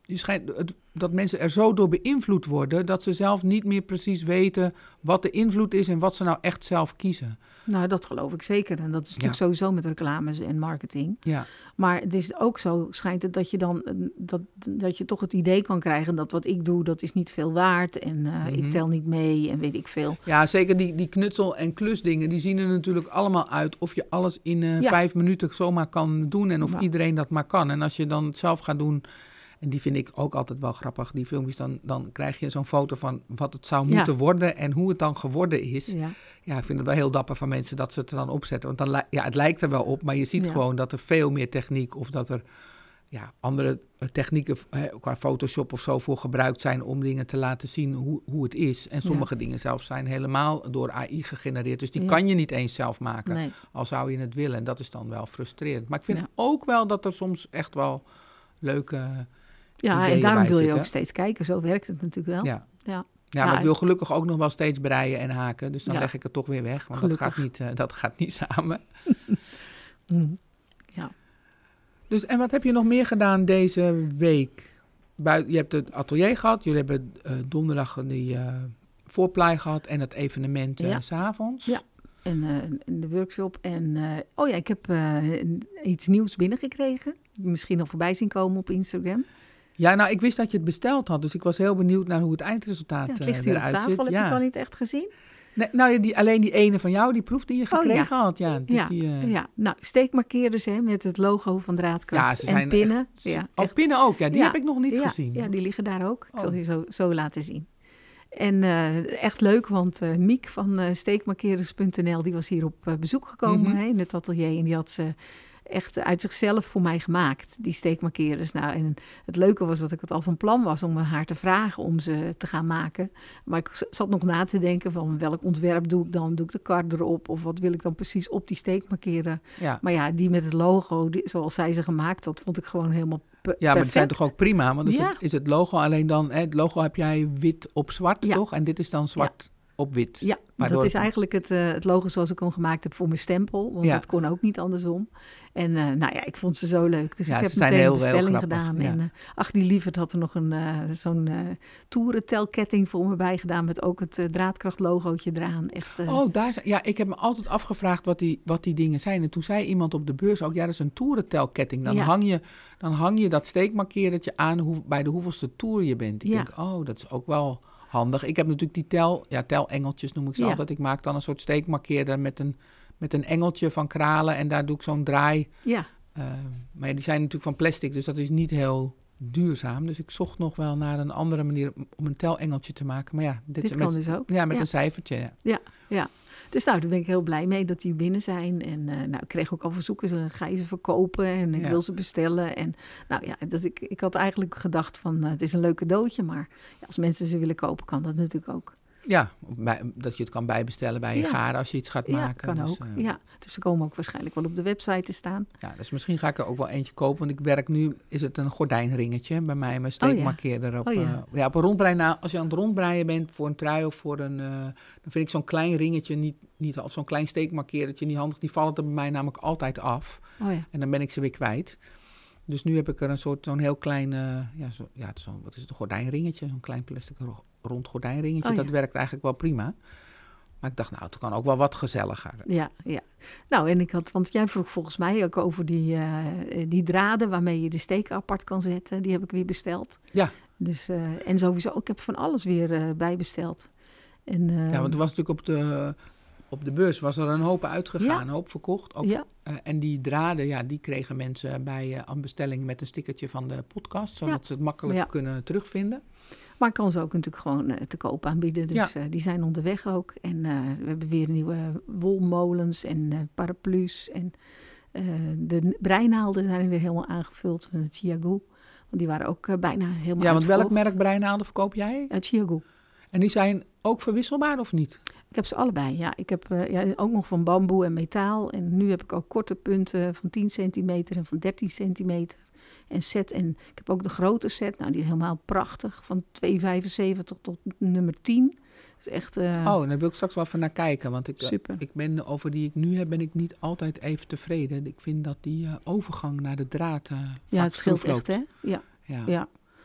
je schijnt, het, dat mensen er zo door beïnvloed worden dat ze zelf niet meer precies weten wat de invloed is en wat ze nou echt zelf kiezen.
Nou, dat geloof ik zeker. En dat is natuurlijk
Ja.
sowieso met reclames en marketing.
Ja,
Maar het is ook zo, schijnt het dat je dan eh, dat, dat je toch het idee kan krijgen dat wat ik doe, dat is niet veel waard. En eh,
Mhm.
ik tel niet mee en weet ik veel.
ja zeker die, die knutsel- en klusdingen, die zien er natuurlijk allemaal uit of je alles in eh,
Ja.
vijf minuten zomaar kan doen en of
Ja.
iedereen dat maar kan. En als je dan het zelf gaat doen, en die vind ik ook altijd wel grappig, die filmpjes, dan, dan krijg je zo'n foto van wat het zou
Ja.
moeten worden en hoe het dan geworden is.
Ja,
Ja, ik vind het wel heel dapper van mensen dat ze het er dan opzetten. Want dan, li- ja, het lijkt er wel op, maar je ziet
Ja.
gewoon dat er veel meer techniek of dat er ja, andere eh, technieken eh, qua Photoshop of zo voor gebruikt zijn om dingen te laten zien hoe, hoe het is. En sommige dingen zelfs zijn helemaal door A I gegenereerd. Dus die
Ja.
kan je niet eens zelf maken,
nee.
al zou je het willen. En dat is dan wel frustrerend. Maar ik vind
Ja.
ook wel dat er soms echt wel leuke
Ja, en
ideeën
daarom
bij
wil je
zitten.
ook steeds kijken. Zo werkt het natuurlijk wel.
Ja.
Ja.
Ja, maar
Ja,
ik wil gelukkig ook nog wel steeds breien en haken. Dus dan
Ja.
leg ik het toch weer weg. Want dat
Gelukkig.
gaat, niet, eh, dat gaat niet samen.
Mm. Ja.
Dus, en wat heb je nog meer gedaan deze week? Bui- je hebt het atelier gehad. Jullie hebben eh, donderdag die eh voorplei gehad. En het evenement eh,
Ja.
's avonds.
Ja. En eh, in de workshop. En eh, oh ja, ik heb eh, iets nieuws binnengekregen. Misschien al voorbij zien komen op Instagram.
Ja, nou, ik wist dat je het besteld had. Dus ik was heel benieuwd naar hoe het eindresultaat
Ja, het
eh,
ligt hier op
eruit
tafel.
zit.
Heb je
Ja.
het al niet echt gezien?
Nee, nou, ja, die, alleen die ene van jou, die proef die je
Oh,
gekregen had. Ja, dus
ja,
die, eh,
ja, nou, steekmarkeerders hè, met het logo van Draadkracht
Ja, ze
en
zijn
pinnen.
echt-
ja,
oh,
echt.
pinnen ook. Ja, die
Ja,
heb ik nog niet
ja,
gezien.
Ja, die liggen daar ook. Ik zal
Oh.
die zo, zo laten zien. En eh, echt leuk, want eh, Miek van eh steekmarkeerders punt n l... die was hier op eh, bezoek gekomen
Mhm.
hè, in het atelier. En die had ze echt uit zichzelf voor mij gemaakt, die steekmarkeerders. Nou, en het leuke was dat ik het al van plan was om haar te vragen om ze te gaan maken. Maar ik z- zat nog na te denken van welk ontwerp doe ik dan? Doe ik de kar erop? Of wat wil ik dan precies op die steekmarkeerder?
Ja.
Maar ja, die met het logo, die, zoals zij ze gemaakt had, vond ik gewoon helemaal pe-
Ja, maar die zijn
perfect.
toch ook prima? Want is,
Ja.
het, is het logo alleen dan... Hè, het logo heb jij wit op zwart,
Ja.
toch? En dit is dan zwart op wit.
Ja,
Waardoor
dat is
het-
eigenlijk het, eh, het logo zoals ik hem gemaakt heb voor mijn stempel. Want
Ja.
dat kon ook niet andersom. En eh, nou ja, ik vond ze zo leuk. Dus
Ja,
ik heb
ze zijn
meteen
heel-
een
heel
bestelling
grappig,
gedaan.
ja.
En eh, ach, die lieverd had er nog een, eh, zo'n eh toerentelketting voor me bij gedaan. Met ook het eh, draadkrachtlogootje eraan. Echt, eh,
Oh, daar zijn, ja, ik heb me altijd afgevraagd wat die, wat die dingen zijn. En toen zei iemand op de beurs ook, ja, dat is een toerentelketting. Dan,
Ja.
hang, je, dan hang je dat steekmarkeerdertje aan hoe, bij de hoeveelste toer je bent. Ik
Ja.
denk, oh, dat is ook wel handig. Ik heb natuurlijk die tel, ja, telengeltjes noem ik ze
Ja.
altijd. Ik maak dan een soort steekmarkeerder met een, met een engeltje van kralen. En daar doe ik zo'n draai.
ja,
Uh, maar ja, die zijn natuurlijk van plastic, dus dat is niet heel duurzaam. Dus ik zocht nog wel naar een andere manier om een telengeltje te maken. Maar ja, dit,
dit
is
kan
met,
dus ook.
ja, met
Ja.
een cijfertje. Ja.
Ja, dus nou, daar ben ik heel blij mee dat die binnen zijn. En eh, nou, ik kreeg ook al verzoeken, ze, ga je ze verkopen? En ik
Ja.
wil ze bestellen. En nou ja, dat ik, ik had eigenlijk gedacht van, uh, het is een leuk cadeautje. Maar ja, als mensen ze willen kopen, kan dat natuurlijk ook.
Ja, of bij, dat je het kan bijbestellen bij je
Ja.
garen als je iets gaat
Ja,
maken.
kan
dus,
ook.
uh,
Ja, dus ze komen ook waarschijnlijk wel op de website te staan.
ja, dus misschien ga ik er ook wel eentje kopen. Want ik werk nu, is het een gordijnringetje bij mij, mijn steekmarkeerder. Op,
Oh ja.
uh, ja, op een rondbreien. Nou, als je aan het rondbreien bent voor een trui of voor een... Uh, dan vind ik zo'n klein ringetje, niet, niet, of zo'n klein steekmarkeerdertje niet handig. Die vallen er bij mij namelijk altijd af.
Oh ja.
En dan ben ik ze weer kwijt. Dus nu heb ik er een soort, zo'n heel klein, uh, ja, zo, ja, zo'n, wat is het, een gordijnringetje. Zo'n klein plastic ro- rond gordijnringetje.
Oh ja.
Dat werkt eigenlijk wel prima. Maar ik dacht, nou, het kan ook wel wat gezelliger.
Ja, ja. Nou, en ik had, want jij vroeg volgens mij ook over die, uh, die draden waarmee je de steken apart kan zetten. Die heb ik weer besteld.
Ja.
Dus, uh, en sowieso, ik heb van alles weer uh, bijbesteld. En, uh,
ja, want er was natuurlijk op de, op de beurs was er een hoop uitgegaan,
Ja.
een hoop verkocht. Ook,
Ja.
uh, en die draden, ja, die kregen mensen bij uh, aan bestelling met een stickertje van de podcast. Zodat
Ja.
ze het makkelijk
Ja.
kunnen terugvinden.
Maar ik kan ze ook natuurlijk gewoon uh, te koop aanbieden. Dus
Ja.
uh, die zijn onderweg ook. En uh, we hebben weer nieuwe wolmolens en uh, paraplu's. En uh, de breinaalden zijn weer helemaal aangevuld van het Chiago. Want die waren ook uh, bijna helemaal
Ja, want welk
uitverkocht.
merk breinaalden verkoop jij?
Uh, Chiago.
En die zijn ook verwisselbaar of niet?
Ik heb ze allebei, ja. Ik heb uh, ja, ook nog van bamboe en metaal. En nu heb ik ook korte punten van tien centimeter en van dertien centimeter. En set. En ik heb ook de grote set. Nou, die is helemaal prachtig. Van twee komma vijfenzeventig tot nummer tien. Dat is echt... Uh,
Oh, daar wil ik straks wel even naar kijken. Want ik,
super.
ik ben, over die ik nu heb, ben ik niet altijd even tevreden. Ik vind dat die uh, overgang naar de draad uh,
ja, het scheelt
loopt.
echt, hè? Ja,
Ja.
ja.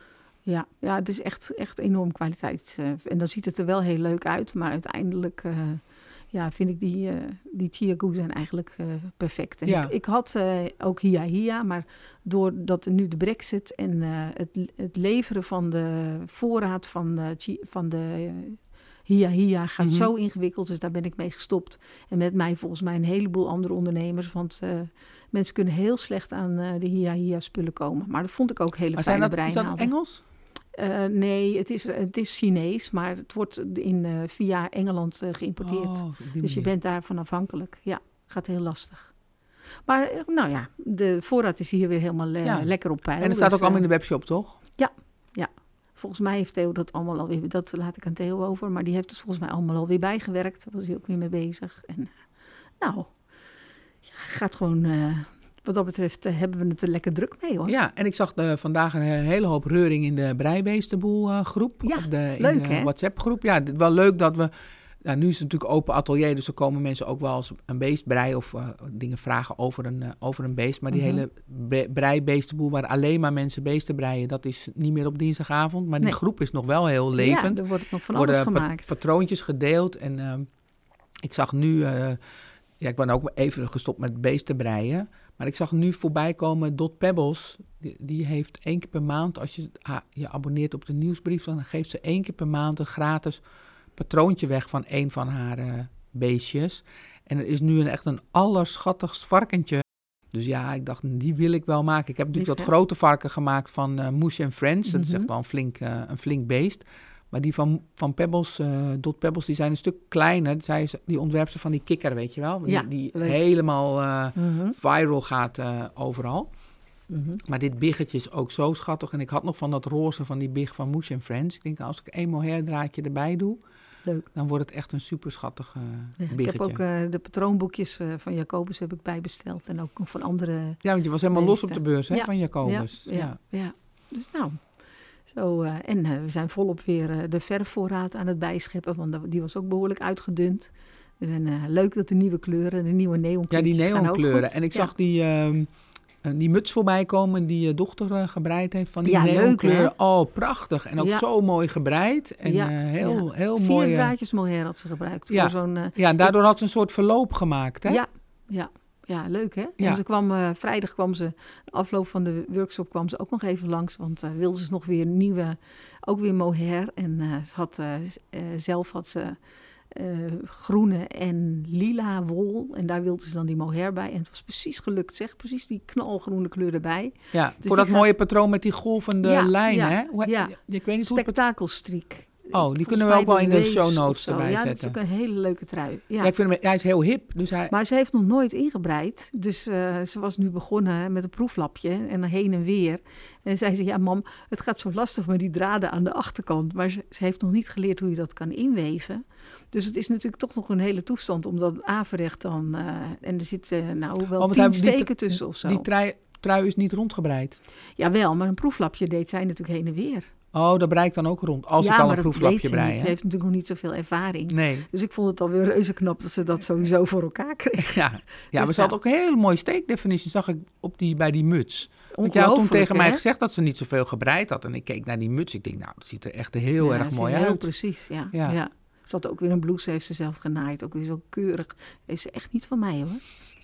Ja, ja, het is echt, echt enorm kwaliteit. Uh, en dan ziet het er wel heel leuk uit. Maar uiteindelijk uh, ja, vind ik die, uh, die Chia zijn eigenlijk uh, perfect. En ja. ik, ik had uh, ook Hia Hia, maar doordat er nu de Brexit en uh, het, het leveren van de voorraad van de, van de uh, Hia Hia gaat mm-hmm. zo ingewikkeld. Dus daar ben ik mee gestopt. En met mij volgens mij een heleboel andere ondernemers. Want uh, mensen kunnen heel slecht aan uh, de Hia Hia spullen komen. Maar dat vond ik ook hele maar fijne breinaalden.
Is dat Engels?
Uh, nee, het is, het is Chinees, maar het wordt in, uh, via Engeland uh, geïmporteerd. Oh, dus je bent daarvan afhankelijk. Ja, gaat heel lastig. Maar uh, nou ja, de voorraad is hier weer helemaal uh, ja. lekker op peil.
En het staat
dus,
ook allemaal
uh,
in de webshop, toch?
Ja, ja. Volgens mij heeft Theo dat allemaal alweer, dat laat ik aan Theo over, maar die heeft het volgens mij allemaal alweer bijgewerkt. Daar was hij ook weer mee bezig. En uh, nou, ja, gaat gewoon... Uh, Wat dat betreft uh, hebben we het er lekker druk mee, hoor.
Ja, en ik zag uh, vandaag een hele hoop reuring in de Breibeestenboel uh, groep.
Ja,
op de,
leuk,
in de
hè?
WhatsApp groep. Ja, wel leuk dat we... Nou, nu is het natuurlijk open atelier, dus er komen mensen ook wel eens een beest breien of uh, dingen vragen over een, uh, over een beest. Maar die uh-huh. hele be- breibeestenboel waar alleen maar mensen beesten breien, dat is niet meer op dinsdagavond. Maar die nee. groep is nog wel heel levend.
Ja, er wordt nog van alles
worden
gemaakt.
Pa- patroontjes gedeeld. En uh, ik zag nu... Uh, ja, ik ben ook even gestopt met beesten breien. Maar ik zag nu voorbij komen Dot Pebbles. Die, die heeft één keer per maand, als je ah, je abonneert op de nieuwsbrief, dan geeft ze één keer per maand een gratis patroontje weg van een van haar uh, beestjes. En er is nu een, echt een allerschattigst varkentje. Dus ja, ik dacht, die wil ik wel maken. Ik heb natuurlijk Lief, dat grote varken gemaakt van uh, Moose and Friends. Mm-hmm. Dat is echt wel een flink, uh, een flink beest. Maar die van, van Pebbles, uh, Dot Pebbles, die zijn een stuk kleiner. Zij, die ontwerpt ze van die kikker, weet je wel. Die, ja, die helemaal uh, mm-hmm. viral gaat uh, overal. Mm-hmm. Maar dit biggetje is ook zo schattig. En ik had nog van dat roze van die big van Moose and Friends. Ik denk, als ik een mohairdraadje erbij doe, leuk. Dan wordt het echt een super schattig uh, ja, biggetje.
Ik heb ook uh, de patroonboekjes uh, van Jacobus heb ik bijbesteld. En ook nog van andere...
Ja, want je was helemaal beesten. Los op de beurs, hè, ja. van Jacobus.
Ja, ja, ja. ja. Dus nou... Zo, uh, en uh, we zijn volop weer uh, de verfvoorraad aan het bijscheppen, want die was ook behoorlijk uitgedund. En uh, leuk dat de nieuwe kleuren, de nieuwe neonkleurtjes
Ja, die neonkleuren. En ik ja. zag die, uh, die muts voorbij komen die je dochter uh, gebreid heeft van die ja, neonkleuren. Oh, prachtig. En ook ja. zo mooi gebreid. En ja. uh, heel, ja. heel
Vier
mooi.
Vier draadjes mohair had ze gebruikt.
Ja,
voor zo'n, uh,
ja en daardoor ik... had ze een soort verloop gemaakt, hè?
Ja, ja. Ja, leuk hè? Ja. En ze kwam, uh, vrijdag kwam ze, de afloop van de workshop kwam ze ook nog even langs. Want uh, wilde ze nog weer nieuwe, ook weer mohair. En uh, ze had, uh, uh, zelf had ze uh, groene en lila wol. En daar wilde ze dan die mohair bij. En het was precies gelukt, zeg. Precies die knalgroene kleur erbij.
Ja, dus voor dat gaat... mooie patroon met die golvende
ja,
lijnen,
ja,
hè? Hoe,
ja,
ik weet niet
spektakelstriek.
Oh, die kunnen we ook wel in de show notes erbij
ja,
zetten.
Ja, dat is ook een hele leuke trui. Ja.
Ja, ik vind hem, hij is heel hip. Dus hij...
Maar ze heeft nog nooit ingebreid. Dus uh, ze was nu begonnen met een proeflapje en dan heen en weer. En zei ze, ja mam, het gaat zo lastig met die draden aan de achterkant. Maar ze, ze heeft nog niet geleerd hoe je dat kan inweven. Dus het is natuurlijk toch nog een hele toestand om dat averecht dan... Uh, en er zitten uh, nou wel oh, tien steken die, tussen of zo.
Die trui, trui is niet rondgebreid?
Jawel, maar een proeflapje deed zij natuurlijk heen en weer.
Oh, dat breekt dan ook rond, als
ja,
ik al een proeflapje breien.
Ze, ze heeft natuurlijk nog niet zoveel ervaring.
Nee.
Dus ik vond het alweer reuze knap dat ze dat sowieso voor elkaar kreeg.
Ja, ja dus maar ze had ook een hele mooie steekdefinitie, zag ik op die, bij die muts. Want
jij
had toen tegen
hè?
mij gezegd dat ze niet zoveel gebreid had. En ik keek naar die muts, ik denk, nou, dat ziet er echt heel
ja,
erg mooi
is
uit.
Heel precies, ja. ja. ja. Ze had ook weer een blouse, heeft ze zelf genaaid. Ook weer zo keurig. Heeft ze echt niet van mij, hoor.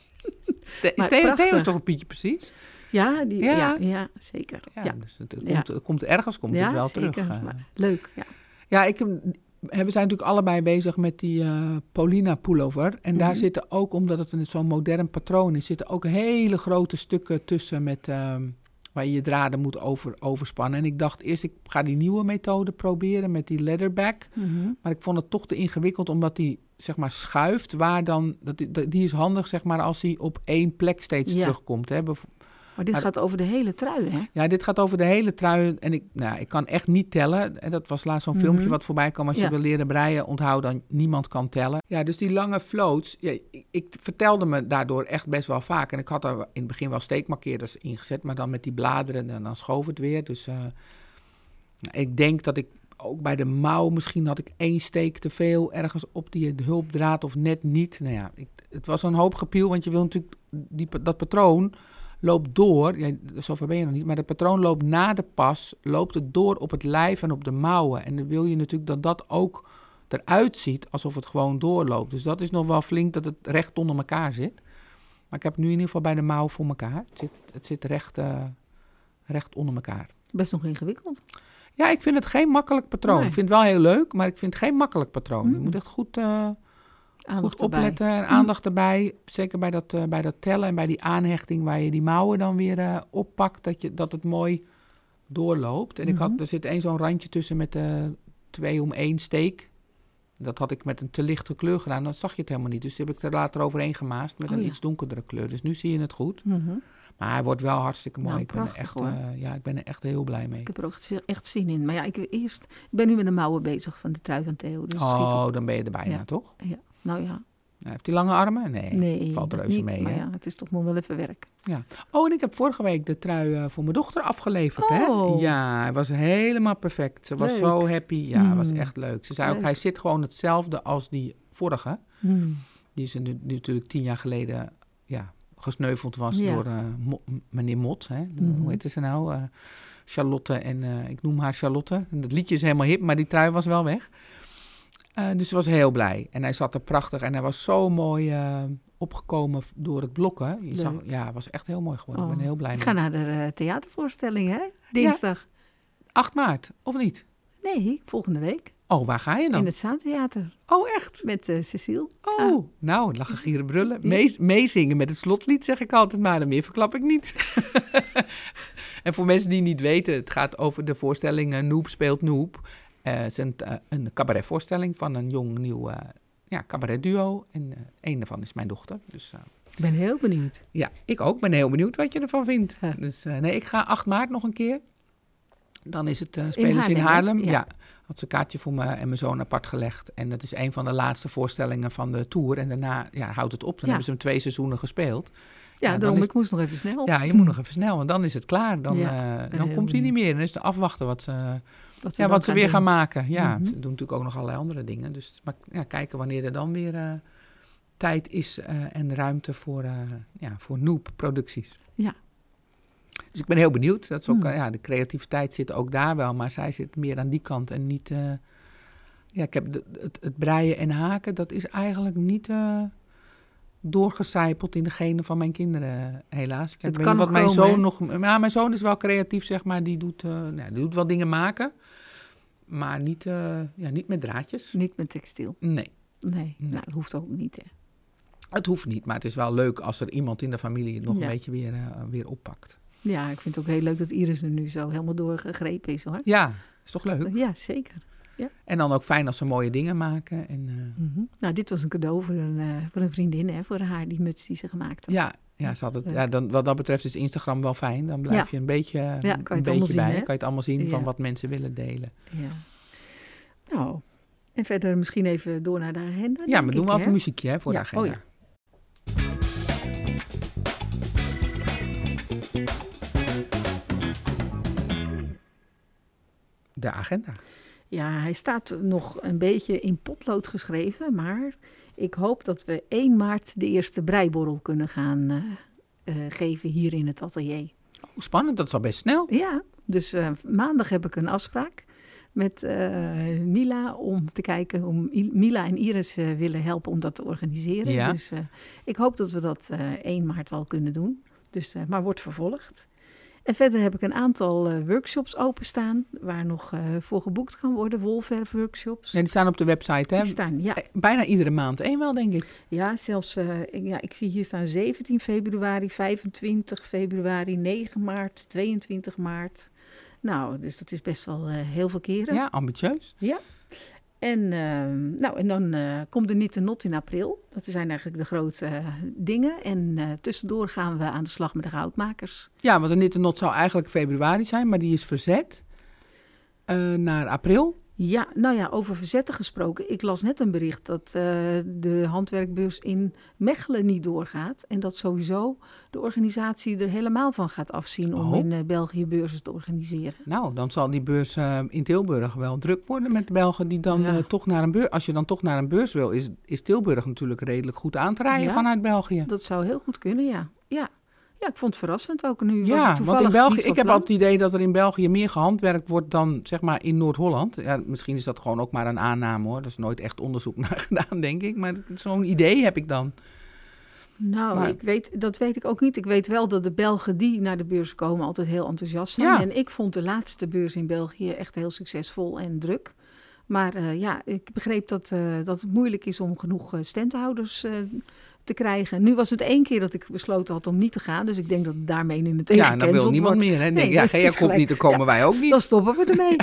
De, is Theo, Theo is toch een Pietje precies?
Ja, die, ja. Ja, ja, zeker.
Ja,
ja.
Dus het, het, ja. komt, het komt ergens komt
ja,
het wel
zeker,
terug. Uh.
Maar leuk, ja.
Ja, ik, we zijn natuurlijk allebei bezig met die uh, Paulina pullover. En mm-hmm. daar zitten ook, omdat het een, zo'n modern patroon is, zitten ook hele grote stukken tussen met, uh, waar je je draden moet over, overspannen. En ik dacht eerst, ik ga die nieuwe methode proberen met die leatherback.
Mm-hmm.
Maar ik vond het toch te ingewikkeld, omdat die zeg maar schuift, waar dan, dat, die is handig zeg maar als die op één plek steeds
ja.
terugkomt. Hè.
Maar dit maar, gaat over de hele trui, hè?
Ja, dit gaat over de hele trui. En ik, nou, ik kan echt niet tellen. En dat was laatst zo'n mm-hmm. filmpje wat voorbij kwam. Als je ja. wil leren breien, onthoud dan niemand kan tellen. Ja, dus die lange floats. Ja, ik, ik vertelde me daardoor echt best wel vaak. En ik had er in het begin wel steekmarkeerders ingezet. Maar dan met die bladeren en dan schoof het weer. Dus uh, nou, ik denk dat ik ook bij de mouw, misschien had ik één steek te veel ergens op die hulpdraad of net niet. Nou ja, ik, het was een hoop gepiel. Want je wil natuurlijk die, dat patroon loopt door, ja, zover ben je nog niet, maar het patroon loopt na de pas, loopt het door op het lijf en op de mouwen. En dan wil je natuurlijk dat dat ook eruit ziet alsof het gewoon doorloopt. Dus dat is nog wel flink dat het recht onder elkaar zit. Maar ik heb het nu in ieder geval bij de mouw voor elkaar. Het zit, het zit recht, uh, recht onder elkaar.
Best nog ingewikkeld.
Ja, ik vind het geen makkelijk patroon. Nee. Ik vind het wel heel leuk, maar ik vind het geen makkelijk patroon. Mm. Je moet echt goed, uh, goed opletten en aandacht mm. erbij. Zeker bij dat, uh, bij dat tellen en bij die aanhechting waar je die mouwen dan weer uh, oppakt. Dat, je, dat het mooi doorloopt. En mm-hmm. ik had, er zit één zo'n randje tussen met uh, twee om één steek. Dat had ik met een te lichte kleur gedaan. Dan zag je het helemaal niet. Dus die heb ik er later overheen gemaast met oh, een ja. iets donkerdere kleur. Dus nu zie je het goed. Mm-hmm. Maar hij wordt wel hartstikke mooi.
Nou,
ik, ben er echt, uh, ja, ik ben er echt heel blij mee.
Ik heb er ook echt zin in. Maar ja, ik, eerst, ik ben nu met de mouwen bezig van de trui van Theo. Dus
oh, dan ben je er bijna, ja. toch?
Ja, nou ja.
Ja, heeft hij lange armen? Nee,
nee
valt er reuze
niet,
mee.
Maar
hè?
ja, het is toch nog wel even werk.
Ja. Oh, en ik heb vorige week de trui uh, voor mijn dochter afgeleverd.
Oh.
Hè? Ja, hij was helemaal perfect. Ze was
leuk.
zo happy. Ja,
mm.
was echt leuk. Ze zei
leuk.
ook, hij zit gewoon hetzelfde als die vorige.
Mm.
Die is nu, nu natuurlijk tien jaar geleden ja, gesneuveld was
ja.
door uh, Mo, meneer Mot. Hè?
Mm.
Hoe heet ze nou? Uh, Charlotte en uh, ik noem haar Charlotte. En dat liedje is helemaal hip, maar die trui was wel weg. Uh, dus ze was heel blij. En hij zat er prachtig en hij was zo mooi uh, opgekomen door het blokken. Je zag, ja, het was echt heel mooi geworden. Oh. Ik ben er heel blij mee.
Ik ga naar de uh, theatervoorstelling, hè? Dinsdag.
Ja. acht maart, of niet?
Nee, volgende week.
Oh, waar ga je dan?
In het Zaantheater.
Oh, echt?
Met uh, Cecile.
Oh, ah. nou, lachen, gieren, brullen. Mee, meezingen met het slotlied, zeg ik altijd maar. Meer verklap ik niet. En voor mensen die niet weten, het gaat over de voorstelling uh, Noep speelt Noep. Uh, het is een, uh, een cabaretvoorstelling van een jong nieuw uh, ja, cabaretduo. En uh, een daarvan is mijn dochter. Dus, uh,
ik ben heel benieuwd.
Ja, ik ook. ben heel benieuwd wat je ervan vindt. Ja. Dus uh, nee, ik ga acht maart nog een keer. Dan is het uh, spelers in Haarlem. In Haarlem. Ja. ja, had ze een kaartje voor me en mijn zoon apart gelegd. En dat is een van de laatste voorstellingen van de tour. En daarna ja, houdt het op. Dan ja. hebben ze hem twee seizoenen gespeeld.
Ja, ja daarom, is, ik moest nog even snel.
Ja, je moet nog even snel, want dan is het klaar. Dan, ja, uh, dan komt hij niet meer. Dan is het afwachten wat ze, wat ze, ja, wat ze weer doen. gaan maken. Ja, mm-hmm. Ze doen natuurlijk ook nog allerlei andere dingen. Dus maar, ja, kijken wanneer er dan weer uh, tijd is uh, en ruimte voor, uh, ja, voor Noep-producties.
Ja.
Dus ik ben heel benieuwd. Dat is ook, mm. uh, ja, de creativiteit zit ook daar wel, maar zij zit meer aan die kant en niet... Uh, ja, ik heb de, het, het breien en haken, dat is eigenlijk niet... Uh, doorgecijpeld in de genen van mijn kinderen, helaas. Ik
het
weet
kan
niet wat mijn
komen,
zoon nog... Ja, mijn zoon is wel creatief, zeg maar. Die doet, uh, nou, die doet wel dingen maken, maar niet, uh, ja, niet met draadjes.
Niet met textiel?
Nee.
Nee, nee. Nou, dat hoeft ook niet, hè?
Het hoeft niet, maar het is wel leuk als er iemand in de familie het nog ja. een beetje weer, uh, weer oppakt.
Ja, ik vind het ook heel leuk dat Iris er nu zo helemaal doorgegrepen is, hoor.
Ja, is toch leuk?
Ja, zeker. Ja.
En dan ook fijn als ze mooie dingen maken. En, uh...
mm-hmm. Nou, dit was een cadeau voor een, uh, voor een vriendin, hè, voor haar, die muts die ze gemaakt had.
Ja, ja, ze had het, ja dan, wat dat betreft is Instagram wel fijn. Dan blijf ja. je een beetje,
ja, kan je
een
het
beetje
zien,
bij.
Hè?
Kan je het allemaal zien
ja.
van wat mensen willen delen.
Ja. Nou, en verder misschien even door naar de agenda.
Ja, maar doen we altijd een muziekje hè, voor
ja.
de agenda.
Oh, ja.
De agenda.
Ja, hij staat nog een beetje in potlood geschreven, maar ik hoop dat we één maart de eerste breiborrel kunnen gaan uh, uh, geven hier in het atelier.
Oh, spannend, dat is al best snel.
Ja, dus uh, maandag heb ik een afspraak met uh, Mila om te kijken, om I- Mila en Iris uh, willen helpen om dat te organiseren.
Ja.
Dus uh, ik hoop dat we dat uh, één maart al kunnen doen, dus, uh, maar wordt vervolgd. En verder heb ik een aantal uh, workshops openstaan, waar nog uh, voor geboekt kan worden, wolverf-workshops.
Ja, die staan op de website, hè?
Die staan, ja.
Bijna iedere maand één wel, denk ik.
Ja, zelfs, uh, ik, ja, ik zie hier staan zeventien februari, vijfentwintig februari, negen maart, tweeëntwintig maart. Nou, dus dat is best wel uh, heel veel keren.
Ja, ambitieus.
Ja. En, uh, nou, en dan uh, komt de Niet de Not in april. Dat zijn eigenlijk de grote uh, dingen. En uh, tussendoor gaan we aan de slag met de goudmakers.
Ja, want de Niet de Not zou eigenlijk februari zijn, maar die is verzet uh, naar april.
Ja, nou ja, over verzetten gesproken. Ik las net een bericht dat uh, de handwerkbeurs in Mechelen niet doorgaat. En dat sowieso de organisatie er helemaal van gaat afzien om oh. in uh, België beurzen te organiseren.
Nou, dan zal die beurs uh, in Tilburg wel druk worden met de Belgen die dan ja. uh, toch naar een beurs... Als je dan toch naar een beurs wil, is, is Tilburg natuurlijk redelijk goed aan te rijden ja, vanuit België.
Dat zou heel goed kunnen, ja. Ja. Ja, ik vond het verrassend ook. Nu was
Ja,
het toevallig
want in België,
niet van
ik heb
plan.
altijd het idee dat er in België meer gehandwerkt wordt dan zeg maar in Noord-Holland. Ja, misschien is dat gewoon ook maar een aanname hoor. Er is nooit echt onderzoek naar gedaan, denk ik. Maar zo'n idee heb ik dan.
Nou,
Maar-
ik weet, dat weet ik ook niet. Ik weet wel dat de Belgen die naar de beurs komen altijd heel enthousiast zijn.
Ja.
En ik vond de laatste beurs in België echt heel succesvol en druk. Maar uh, ja, ik begreep dat, uh, dat het moeilijk is om genoeg uh, standhouders uh, te krijgen. Nu was het één keer dat ik besloten had om niet te gaan. Dus ik denk dat daarmee nu meteen
Ja, dan
gecanceld
wil niemand
wordt.
meer. Hè?
Nee,
Denk, ja,
dat
Gea
is
komt
gelijk.
niet, dan komen
Ja.
wij ook niet.
Dan stoppen we ermee.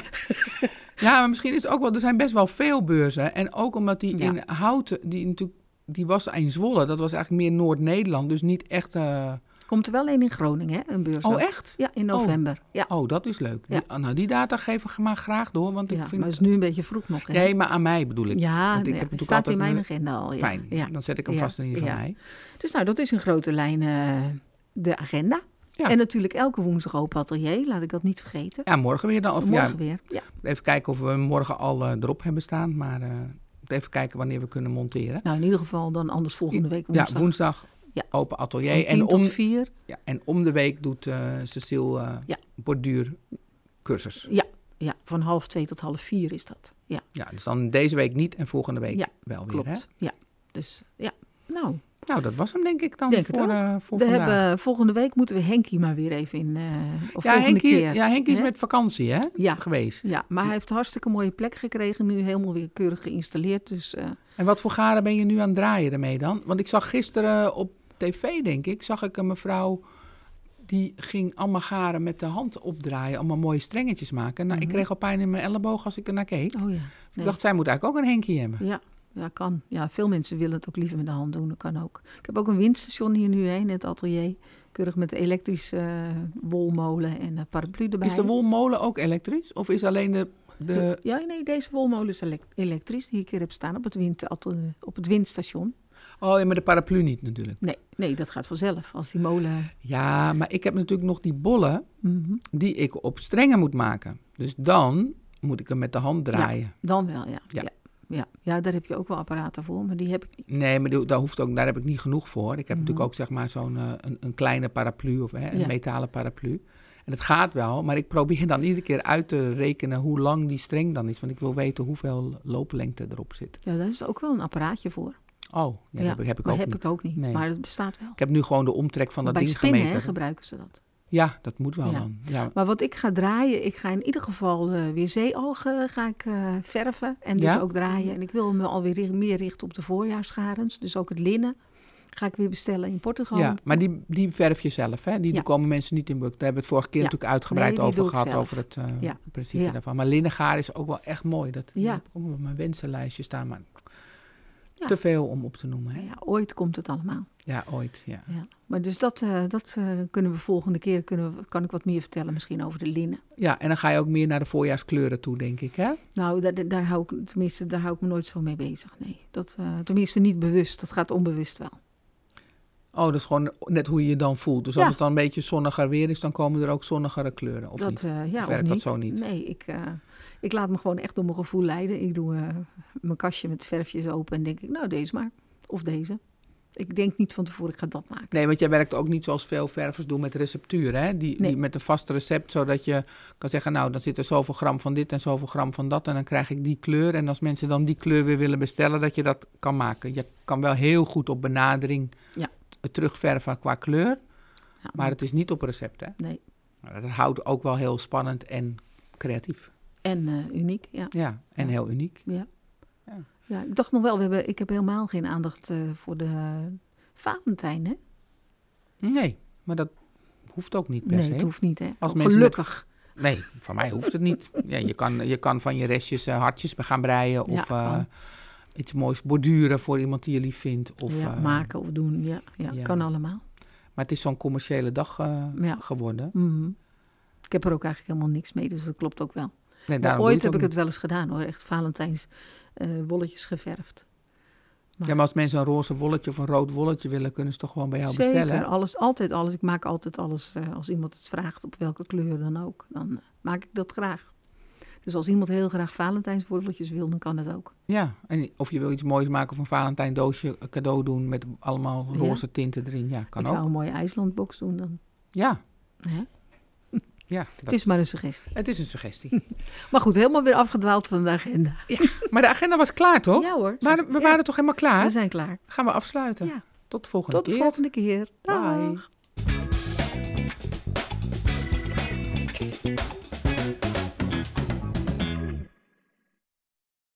Ja, maar misschien is het ook wel, er zijn best wel veel beurzen. En ook omdat die
Ja.
in Houten, die natuurlijk, die was in Zwolle. Dat was eigenlijk meer Noord-Nederland. Dus niet echt... Uh...
Komt er wel een in Groningen, hè? Een beurs.
Oh,
ook.
echt?
Ja, in november. Oh, ja.
oh dat is leuk.
Ja.
Die, nou, die data geven we maar graag door. Want ik
ja,
vind...
maar het is nu een beetje vroeg nog. Hè?
Nee, maar aan mij bedoel ik.
Ja,
want ik
ja,
heb
het
natuurlijk
staat
altijd
in mijn
een-
agenda al. Ja.
Fijn,
Ja.
dan zet ik hem
Ja.
vast in hier van
Ja.
mij.
Dus nou, dat is in grote lijnen uh, de agenda.
Ja.
En natuurlijk elke woensdag open atelier, laat ik dat niet vergeten.
Ja, morgen weer dan. Of,
Morgen
ja,
weer, ja.
even kijken of we morgen al uh, erop hebben staan. Maar uh, even kijken wanneer we kunnen monteren.
Nou, in ieder geval dan anders volgende week woensdag.
Ja, woensdag
ja.
open atelier.
Van tien
en, om,
tot vier.
ja, en om de week doet uh, Cecile uh,
ja.
borduurcursus.
Ja. Ja, van half twee tot half vier is dat. Ja,
ja dus dan deze week niet en volgende week
ja,
wel
klopt.
weer. Hè?
Ja, dus ja, nou...
Nou, dat was hem denk ik dan
denk
voor, uh, voor
we
vandaag.
Hebben, volgende week moeten we Henkie maar weer even in. Uh, of
ja,
volgende
Henkie,
keer.
ja, Henkie is
hè?
met vakantie hè?
Ja.
geweest.
Ja, maar hij heeft een hartstikke mooie plek gekregen. Nu helemaal weer keurig geïnstalleerd. Dus, uh...
En wat voor garen ben je nu aan het draaien ermee dan? Want ik zag gisteren op tv, denk ik, zag ik een mevrouw... die ging allemaal garen met de hand opdraaien. Allemaal mooie strengetjes maken. Nou,
Mm-hmm.
ik kreeg al pijn in mijn elleboog als ik er naar keek.
Oh ja. Nee.
Ik dacht, zij moet eigenlijk ook een Henkie hebben.
Ja. Ja, kan. Ja, veel mensen willen het ook liever met de hand doen. Dat kan ook. Ik heb ook een windstation hier nu heen in het atelier. Keurig met de elektrische uh, wolmolen en een paraplu erbij.
Is de wolmolen ook elektrisch? Of is alleen de... de...
Ja, nee, deze wolmolen is elektrisch. Die ik hier heb staan op het, wind, op het windstation.
Oh, ja, maar de paraplu niet natuurlijk.
Nee, nee, dat gaat vanzelf. Als die molen...
Ja, maar ik heb natuurlijk nog die bollen...
Mm-hmm.
die ik op strengen moet maken. Dus dan moet ik hem met de hand draaien.
Ja, dan wel, ja.
Ja.
ja. Ja, ja, daar heb je ook wel apparaten voor, maar die heb ik niet.
Nee, maar die, daar, hoeft ook, daar heb ik niet genoeg voor. Ik heb
Mm-hmm.
natuurlijk ook zeg maar zo'n uh, een, een kleine paraplu of hè, een
ja.
metalen paraplu. En het gaat wel, maar ik probeer dan iedere keer uit te rekenen hoe lang die streng dan is. Want ik wil weten hoeveel looplengte erop zit.
Ja, daar is ook wel een apparaatje voor.
Oh, ja,
ja,
dat heb ik
maar
ook
heb
niet.
ik ook niet,
Nee.
maar het bestaat wel.
Ik heb nu gewoon de omtrek van
maar
dat
bij
ding
spinnen
gemeten.
hè, gebruiken ze dat.
Ja, dat moet wel
Ja.
dan. Ja.
Maar wat ik ga draaien, ik ga in ieder geval uh, weer zeealgen ga ik, uh, verven en dus
Ja?
ook draaien. En ik wil me alweer meer richten op de voorjaarsgarens. Dus ook het linnen ga ik weer bestellen in Portugal.
Ja, maar die, die verf je zelf, hè? Die
Ja.
komen mensen niet in buk. Daar hebben we het vorige keer
Ja.
natuurlijk uitgebreid
Nee, die
over
doe ik
gehad,
zelf.
over het uh,
Ja.
principe
Ja.
daarvan. Maar linnengaar is ook wel echt mooi. Dat
Ja.
die heb ik ook op mijn wensenlijstje staan, maar
Ja.
te veel om op te noemen. Hè?
Ja, ooit komt het allemaal.
Ja, ooit, ja.
Ja. Maar dus dat, uh, dat uh, kunnen we volgende keer, kunnen we, kan ik wat meer vertellen misschien over de linnen.
Ja, en dan ga je ook meer naar de voorjaarskleuren toe, denk ik, hè?
Nou, daar, daar, hou ik, tenminste, daar hou ik me nooit zo mee bezig, nee. Dat, uh, tenminste niet bewust, dat gaat onbewust wel.
Oh, dat is gewoon net hoe je je dan voelt. Dus als
Ja.
het dan een beetje zonniger weer is, dan komen er ook zonnigere kleuren, of
dat,
niet?
Uh, ja,
of
of
werkt
niet?
dat zo niet?
Nee, ik, uh, ik laat me gewoon echt door mijn gevoel leiden. Ik doe uh, mijn kastje met verfjes open en denk ik, nou deze maar. Of deze. Ik denk niet van tevoren, ik ga dat maken.
Nee, want jij werkt ook niet zoals veel ververs doen met receptuur, hè? Die,
Nee.
die met een vast recept, zodat je kan zeggen, nou, dan zit er zoveel gram van dit en zoveel gram van dat en dan krijg ik die kleur. En als mensen dan die kleur weer willen bestellen, dat je dat kan maken. Je kan wel heel goed op benadering
Ja.
terugverven qua kleur,
Ja,
maar het is niet op recept, hè?
Nee.
Maar dat houdt ook wel heel spannend en creatief.
En uh, uniek, ja.
Ja, en
Ja.
heel uniek.
Ja.
Ja.
Ja, ik dacht nog wel, we hebben, ik heb helemaal geen aandacht uh, voor de Valentijn, hè?
Nee, maar dat hoeft ook niet per
Nee,
se.
het hoeft niet, hè?
Als
Oh,
mensen
gelukkig.
Met, nee, voor mij hoeft het niet. Ja, je, kan, je kan van je restjes uh, hartjes gaan breien of
Ja,
uh,
kan.
iets moois borduren voor iemand die je lief vindt. Of,
ja,
uh,
maken of doen, ja, ja,
ja.
kan allemaal.
Maar het is zo'n commerciële dag uh,
Ja.
geworden.
Mm-hmm. Ik heb er ook eigenlijk helemaal niks mee, dus dat klopt ook wel.
Nee,
Maar
daarom
ooit
doe
heb
je
ik het wel eens gedaan hoor, echt Valentijns uh, wolletjes geverfd.
Maar... Ja, maar als mensen een roze wolletje of een rood wolletje willen, kunnen ze toch gewoon bij jou
Zeker,
bestellen?
alles, altijd alles. Ik maak altijd alles, uh, als iemand het vraagt op welke kleur dan ook, dan uh, maak ik dat graag. Dus als iemand heel graag Valentijnsworteltjes wil, dan kan het ook.
Ja, en of je wil iets moois maken of een Valentijn doosje cadeau doen met allemaal roze ja. tinten erin. Ja, kan
Ik
ook.
zou een mooie IJslandbox doen dan.
Ja.
Hè?
Ja,
het is maar een suggestie.
Het is een suggestie.
Maar goed, helemaal weer afgedwaald van de agenda.
Ja, maar de agenda was klaar, toch?
Ja hoor.
Maar we waren ja. toch helemaal klaar?
We zijn klaar.
Gaan we afsluiten.
Ja.
Tot de volgende
Tot
keer.
Tot de volgende keer. Dag.
Bye.